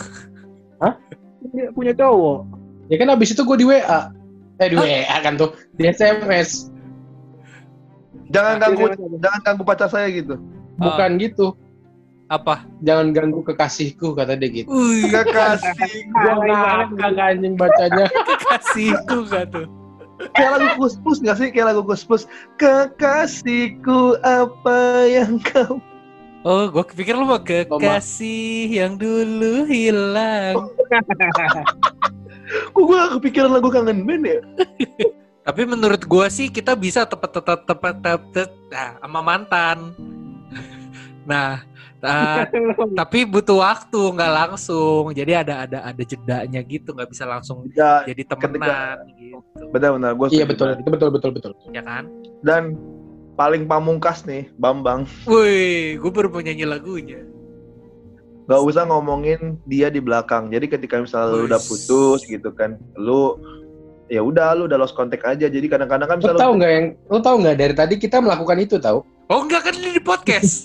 Dia punya cowok. Ya kan abis itu gue di W A. Eh di W A kan tuh. Di S M S. Jangan ganggu Dia- jangan ganggu pacar saya gitu. Bukan gitu. Apa? Jangan ganggu kekasihku kata dia gitu. Wih, Kekasih. Gue ngakak anjing bacanya. kekasihku gak tuh? Kayak lagu Kus Plus nggak sih? Kayak lagu Kus Plus. Kekasihku apa yang kau. Oh, gue pikir lu mah kekasih yang dulu hilang. Kok gue gak kepikiran lagu kangen band ya? Tapi menurut gue sih kita bisa tepat-tepat tepat nah, sama mantan. Nah, ah, tapi butuh waktu, nggak langsung. Jadi ada ada ada jedanya gitu, nggak bisa langsung Ya, jadi temenan gitu. benar-benar gue Iya betul, itu betul betul betul. Ya kan? Dan paling pamungkas nih, Bambang. Woi, gue baru mau nyanyi lagunya. Gak usah ngomongin dia di belakang. Jadi ketika misalnya lu Wih. udah putus gitu kan, lu ya udah lu udah lost contact aja. Jadi kadang-kadang kan Lo misalnya tau nggak yang lo tau nggak dari tadi kita melakukan itu tau? Oh enggak kan ini di podcast.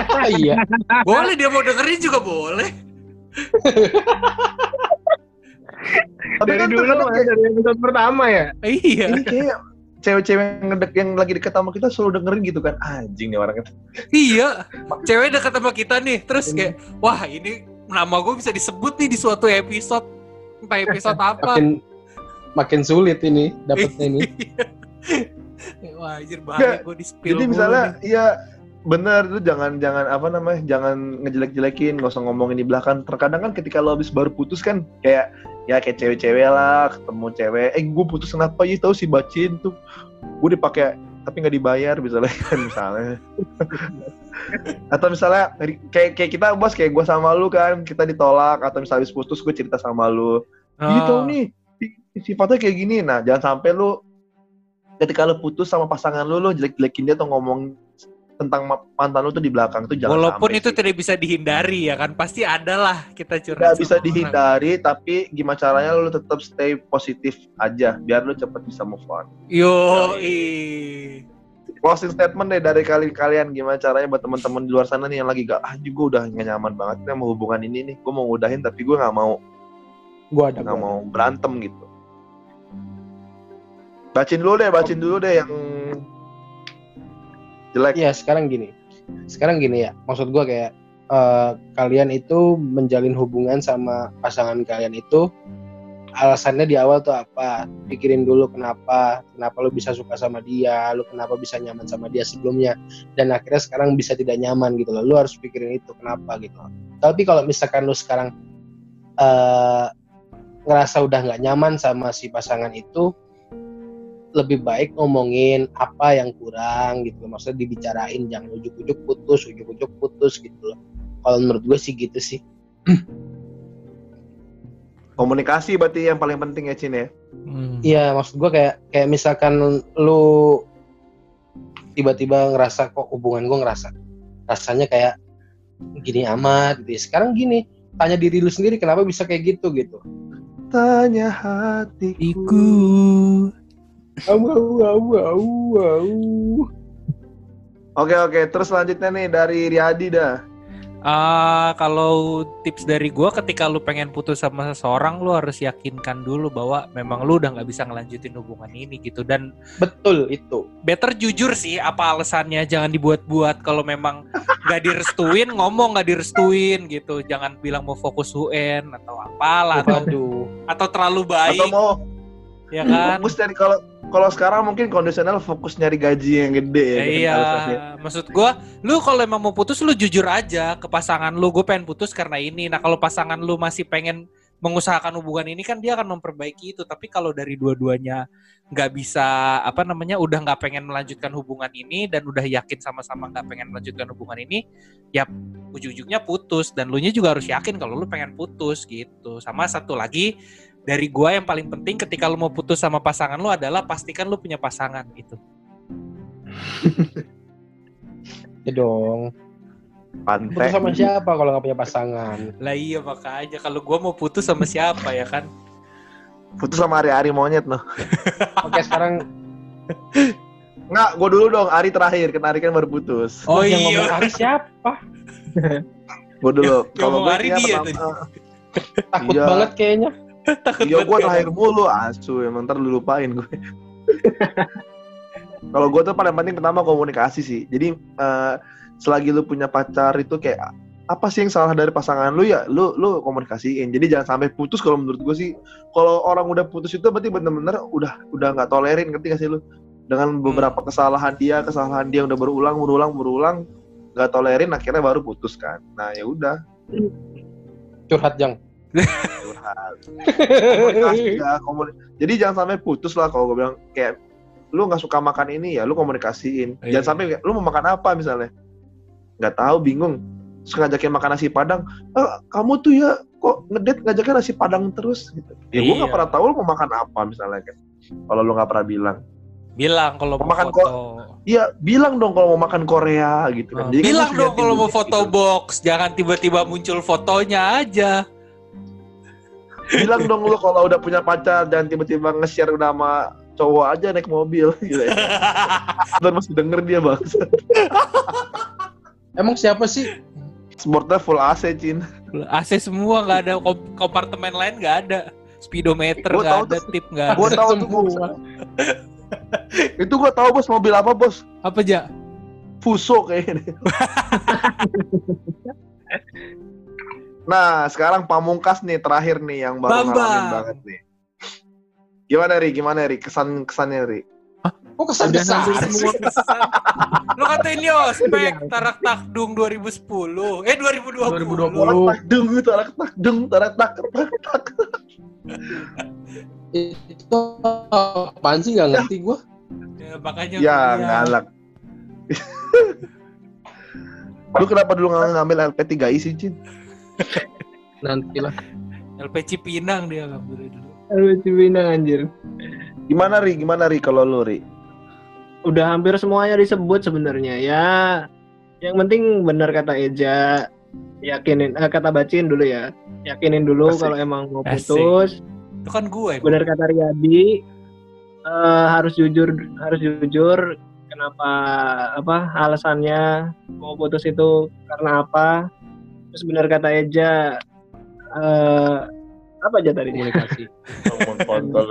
Iya. Boleh dia mau dengerin juga boleh. Tapi Dari kan dulu terkadang Mas, kayak, dari episode pertama ya. Iya. ini kayak cewek-cewek yang ngedek yang lagi deket sama kita selalu dengerin gitu kan, anjing nih orangnya. Iya. Cewek dekat sama kita nih, terus kayak, wah ini nama gue bisa disebut nih di suatu episode. Entah episode apa. Makin makin sulit ini dapetnya ini. Wah, anjir bahaya gue di-spill. Jadi mulu misalnya, nih. iya bener tuh jangan jangan apa namanya, jangan ngejelek-jelekin, nggak usah ngomongin di belakang. Terkadang kan ketika lo habis baru putus kan kayak ya kayak cewek-cewek lah, ketemu cewek, eh gue putus kenapa ya, tahu si bacin tuh gue dipakai tapi nggak dibayar misalnya kan misalnya. Atau misalnya kayak kayak kita bos kayak gue sama lu kan, kita ditolak atau misalnya habis putus gue cerita sama lu, ih tau nih sifatnya kayak gini. Nah jangan sampai lu ketika lu putus sama pasangan lu, lu jelek-jelekin dia atau ngomong tentang mantan lu tuh di belakang tuh jangan walaupun sampai itu sih. tidak bisa dihindari ya kan, pasti ada lah kita curhat. Nggak bisa sama orang. dihindari, tapi gimana caranya lu tetap stay positif aja biar lu cepet bisa move on. Yo, Closing statement deh dari kalian, gimana caranya buat teman-teman di luar sana nih yang lagi gak, ah gue udah gak nyaman banget nih sama hubungan ini nih, gue mau udahin tapi gue nggak mau Gua ada nggak gua mau berantem gitu. Bacin dulu deh, bacin dulu deh yang jelek. Iya, sekarang gini. Sekarang gini ya. Maksud gua kayak eh, kalian itu menjalin hubungan sama pasangan kalian itu alasannya di awal tuh apa? Pikirin dulu kenapa, kenapa lu bisa suka sama dia, lu kenapa bisa nyaman sama dia sebelumnya, dan akhirnya sekarang bisa tidak nyaman gitu loh. Lu harus pikirin itu kenapa gitu loh. Tapi kalau misalkan lu sekarang eh, ngerasa udah nggak nyaman sama si pasangan itu, lebih baik ngomongin apa yang kurang gitu loh. Maksudnya dibicarain, jangan ujuk-ujuk putus, ujuk-ujuk putus gitu loh. Kalau menurut gue sih gitu sih. Komunikasi berarti yang paling penting ya, Cin ya. Hmm. Iya, maksud gue kayak kayak misalkan lu tiba-tiba ngerasa kok hubungan gue ngerasa rasanya kayak gini amat gitu. Sekarang gini, tanya diri lu sendiri kenapa bisa kayak gitu gitu. Tanya hatiku. Iku. Au au au au au. Oke oke, terus selanjutnya nih dari Riyadi dah. Ah, kalau tips dari gue, ketika lu pengen putus sama seseorang, lu harus yakinkan dulu bahwa memang lu udah nggak bisa ngelanjutin hubungan ini gitu. Dan Betul itu. better jujur sih apa alasannya, jangan dibuat-buat. Kalau memang nggak direstuin, ngomong nggak direstuin gitu. Jangan bilang mau fokus U N atau apalah, atau, Waduh. atau terlalu baik, Atau mau ya kan? fokus dari kalau kalau sekarang mungkin kondisional fokus nyari gaji yang gede ya. Ya, gitu iya, alasannya. maksud gue, lu kalau emang mau putus, lu jujur aja ke pasangan lu, gue pengen putus karena ini. Nah kalau pasangan lu masih pengen mengusahakan hubungan ini, kan dia akan memperbaiki itu. Tapi kalau dari dua-duanya nggak bisa, apa namanya, udah nggak pengen melanjutkan hubungan ini dan udah yakin sama-sama nggak pengen melanjutkan hubungan ini, ya ujung-ujungnya putus. Dan lu nya juga harus yakin kalau lu pengen putus gitu. Sama satu lagi dari gua yang paling penting ketika lu mau putus sama pasangan lu adalah pastikan lu punya pasangan gitu. Ya dong. Pantai. Putus sama siapa kalau nggak punya pasangan? Lah iya, makanya kalau gua mau putus sama siapa ya kan? Putus sama Ari-Ari monyet noh. Oke, sekarang Nggak, gue dulu dong. Ari terakhir, kan Ari kan baru putus. Oh yang iya. ngomong Ari siapa? Gue dulu. Yang ngomong gue Ari kayaknya dia pertama- Takut Iya. banget kayaknya. Iya, gue terakhir mulu, asu, emang ntar lu lupain gue. Kalau gue tuh paling penting pertama komunikasi sih. Jadi uh, selagi lu punya pacar itu kayak apa sih yang salah dari pasangan lu, ya lu lu komunikasiin. Jadi jangan sampai putus. Kalau menurut gue sih, kalau orang udah putus itu berarti bener-bener udah udah nggak tolerin, ngerti gak sih lu? Dengan beberapa kesalahan dia, kesalahan dia udah berulang, berulang, berulang, nggak tolerin, akhirnya baru putus kan. Nah ya udah. Curhat Jang. Komunikasi ya, komuni- jadi jangan sampai putus lah. Kalau gue bilang kayak lu nggak suka makan ini, ya lu komunikasiin. Iya. Jangan sampai kayak, lu mau makan apa misalnya, nggak tahu, bingung, terus ngajakin makan nasi padang. Ah, kamu tuh ya kok ngedate ngajakin nasi padang terus gitu. Ya gue nggak Iya. pernah tahu lu mau makan apa misalnya kan. Kalau lu nggak pernah bilang, Bilang kalau mau Makan foto. iya bilang dong kalau mau makan Korea gitu kan. Oh, Jadi kan bilang lu dong liatin kalau mau dulu foto gitu. box, jangan tiba-tiba muncul fotonya aja. Bilang dong lu kalau udah punya pacar, jangan tiba-tiba nge-share udah sama cowok aja naik mobil gitu ya. Dan masih denger dia bangsa. Emang siapa sih? Sportnya full A C, Cin. A C semua, nggak ada kom- kompartemen lain, nggak ada. Speedometer Gua nggak tahu ada, tuh. tip nggak ada. Gue tahu tuh bos. Itu gue tahu bos, mobil apa bos? Apa aja? Fuso kayaknya. Nah, sekarang Pamungkas nih terakhir nih yang baru Bambang. ngalamin banget nih. Gimana Ri? Gimana Ri? Kesan kesannya Ri? Kok kesan Udah besar hampir sih? Lo katain yo, spek tarak takdung dua ribu sepuluh. Eh dua ribu dua puluh. dua ribu dua Tarak puluh. tak dung, tarak tak dung, tarak tak tak tak. Itu apaan sih nggak ngerti gue? Ya, makanya Ya kuliah. ngalak. Lu kenapa dulu nggak ngambil L P tiga I sih, Cin? Nantilah. L P Cipinang dia ngambil dulu. Aduh, Cipinang anjir. Gimana Ri? Gimana Ri kalau lu Ri? Udah hampir semuanya disebut sebenarnya ya. Yang penting benar kata Eja, yakinin eh, kata Bacin dulu ya. Yakinin dulu Asik. kalau emang mau Asik. putus. Itu kan gue. Benar kata Riyadi, eh, harus jujur, harus jujur. Kenapa apa alasannya mau putus itu karena apa? Terus benar kata Eja, eh, apa aja tadi? Komunikasi. Ngomong kontol.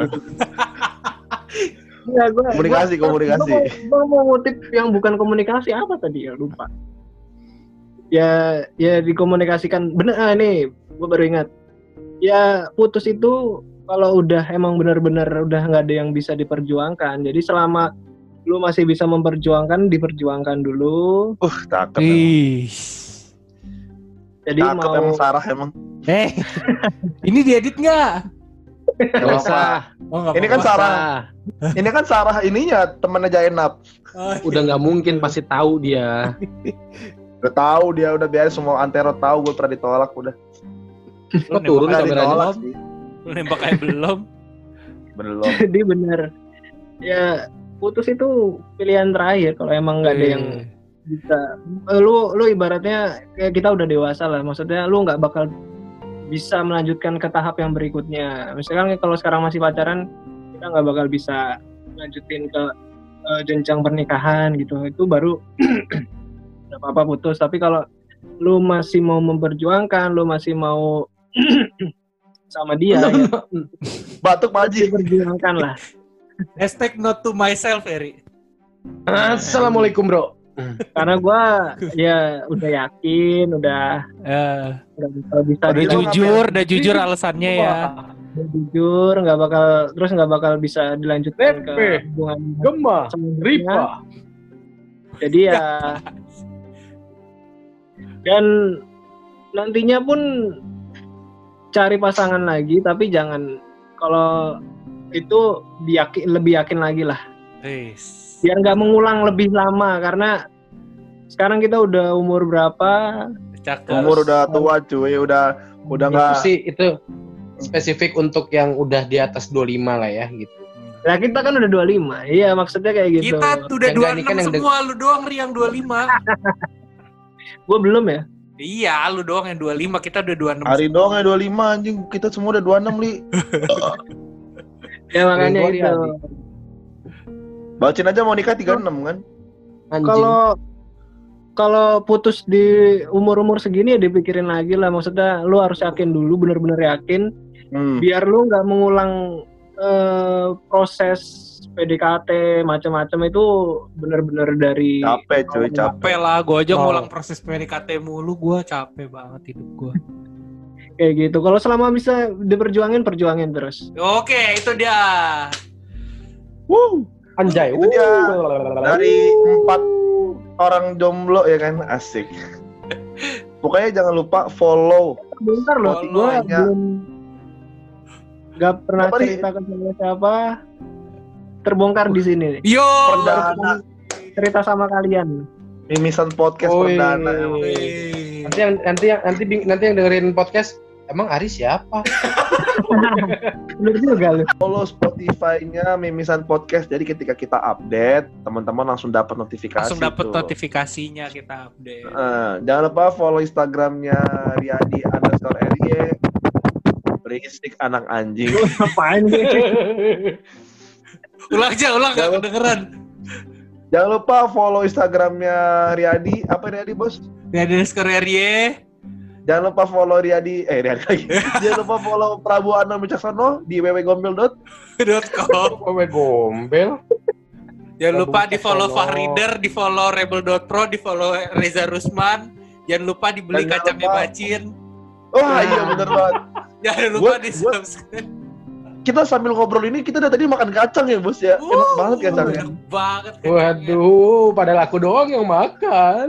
Ya, gua, Komunikasi, gua, komunikasi. Gua, gua mau ngutip yang bukan komunikasi apa tadi ya lupa. Ya, ya dikomunikasikan bener. Ah, ini gue baru ingat. Ya putus itu kalau udah emang benar-benar udah nggak ada yang bisa diperjuangkan. Jadi selama lu masih bisa memperjuangkan, diperjuangkan dulu. Uh, cakep. emang. Ih. Jadi Cakep mau emang Sarah emang. Eh, ini diedit nggak? Gak usah. Oh, nggak Ini kan apa-apa. Sarah. Ini kan Sarah ininya temennya Jainab. Oh, Udah nggak mungkin pasti tahu dia. Udah tahu dia udah biasa semua antero tahu gue pernah ditolak udah. lu Kok turun nembak Udah aja kameranya? ditolak belum? sih. Lu nembak kayak belum? Belum. jadi bener. Ya putus itu pilihan terakhir kalau emang nggak ada yang Eh, bisa. Eh, Lu lu ibaratnya kayak kita udah dewasa lah. Maksudnya lu nggak bakal bisa melanjutkan ke tahap yang berikutnya. Misalkan kalau sekarang masih pacaran, kita nggak bakal bisa lanjutin ke eh, jenjang pernikahan gitu. Itu baru nggak apa-apa putus. Tapi kalau lu masih mau memperjuangkan, lu masih mau sama dia, ya, Batuk Pak Haji. perjuangkan lah. Hashtag not to myself, Eri. Assalamualaikum bro. Karena gua ya udah yakin, udah Eh, udah bisa bisa udah Tadi lu jujur, udah jujur alasannya ya. udah jujur, nggak bakal terus nggak bakal bisa dilanjutkan ke Pepe. hubungan Gemma. selanjutnya. Ripa. Jadi ya dan nantinya pun cari pasangan lagi, tapi jangan kalau itu diyakin lebih yakin lagi lah, Wis. biar nggak mengulang lebih lama karena sekarang kita udah umur berapa? Cakep. Umur udah tua cuy, udah udah Itu nggak. sih itu spesifik untuk yang udah di atas dua puluh lima lah ya gitu. Nah kita kan udah dua puluh lima, iya maksudnya kayak gitu. Kita tuh udah Yang dua nggak puluh nikah enam yang deg- semua, lu doang Ri yang dua puluh lima. Gue belum ya. Iya, lu doang yang dua puluh lima, kita udah dua puluh enam. Hari doang ya dua puluh lima anjing, kita semua udah dua puluh enam li. Ya makanya Gua itu. lihat. Bacin aja mau nikah tiga puluh enam kan? Anjing. Kalau kalau putus di umur-umur segini ya dipikirin lagi lah. Maksudnya lu harus yakin dulu, bener-bener yakin. Hmm. Biar lu nggak mengulang eh, proses P D K T macam-macam itu bener-bener dari Capek cuy, capek. Capek lah, gue aja Oh. ngulang proses P D K T mulu, gue capek banget hidup gue. kayak gitu. Kalau selama bisa diperjuangin, perjuangin terus. Oke, itu dia. Wuh, Anjay. Itu dia. dari empat orang jomblo ya kan, asik. Pokoknya jangan lupa follow. Bentar loh, Follow gue aja. belum nggak pernah Apa nih? cerita ke siapa. Terbongkar di sini. Yo. Perdana Cerita sama kalian. mimisan podcast Oi. perdana. Wih. Nanti yang nanti yang nanti bing- nanti yang dengerin podcast emang Ari siapa? Bener juga lu. Follow Spotify-nya Mimisan Podcast. Jadi ketika kita update, teman-teman langsung dapat notifikasi. Langsung dapat tuh. notifikasinya kita update. Eh, jangan lupa follow Instagramnya Riyadi underscore R Y. Berisik anak anjing. Apaan sih? Ulang aja, ulang gak kedengeran. Jangan lupa follow Instagramnya Riyadi. Apa Riyadi bos? Ya, ada underscore R Y. Jangan lupa follow Riyadi, eh Riyadi lagi. Jangan lupa follow Prabu Anand Wicaksono di www.gombel dot .com. Kowe gombel. Jangan lupa Prabu di follow Wicaksono. Fahrider, di follow Rebel dot pro, di follow Reza Rusman. Jangan lupa dibeli Dan jangan kacangnya lupa- bacin. Wah iya bener banget. Jangan lupa Gua- di gua- subscribe. Kita sambil ngobrol ini kita dari tadi makan kacang ya bos ya. Enak banget kacangnya. Enak banget. Waduh, padahal aku doang yang makan.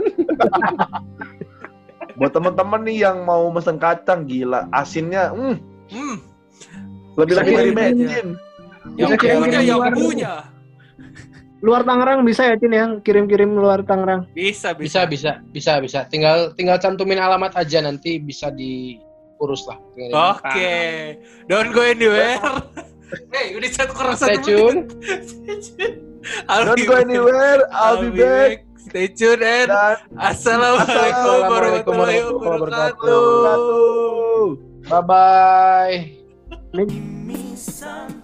Buat teman-teman nih yang mau mesen kacang gila, asinnya hmm, Hmm. lebih lagi Bisa dari kirim Medin. Yang Bisa kirim punya, kirim yang luar. punya. Luar Tangerang bisa ya Cin ya, kirim-kirim luar Tangerang. Bisa, Bisa, bisa. bisa, bisa, bisa. Tinggal tinggal cantumin alamat aja, nanti bisa diurus lah. Oke. Don't go anywhere. Hey, udah satu kurang Stay satu tune. I'll Don't be go back. anywhere, I'll be back. Stay tune and Dan Assalamualaikum Assalamualaikum warahmatullahi warahmatullahi wabarakatuh. Bye bye. Mimisan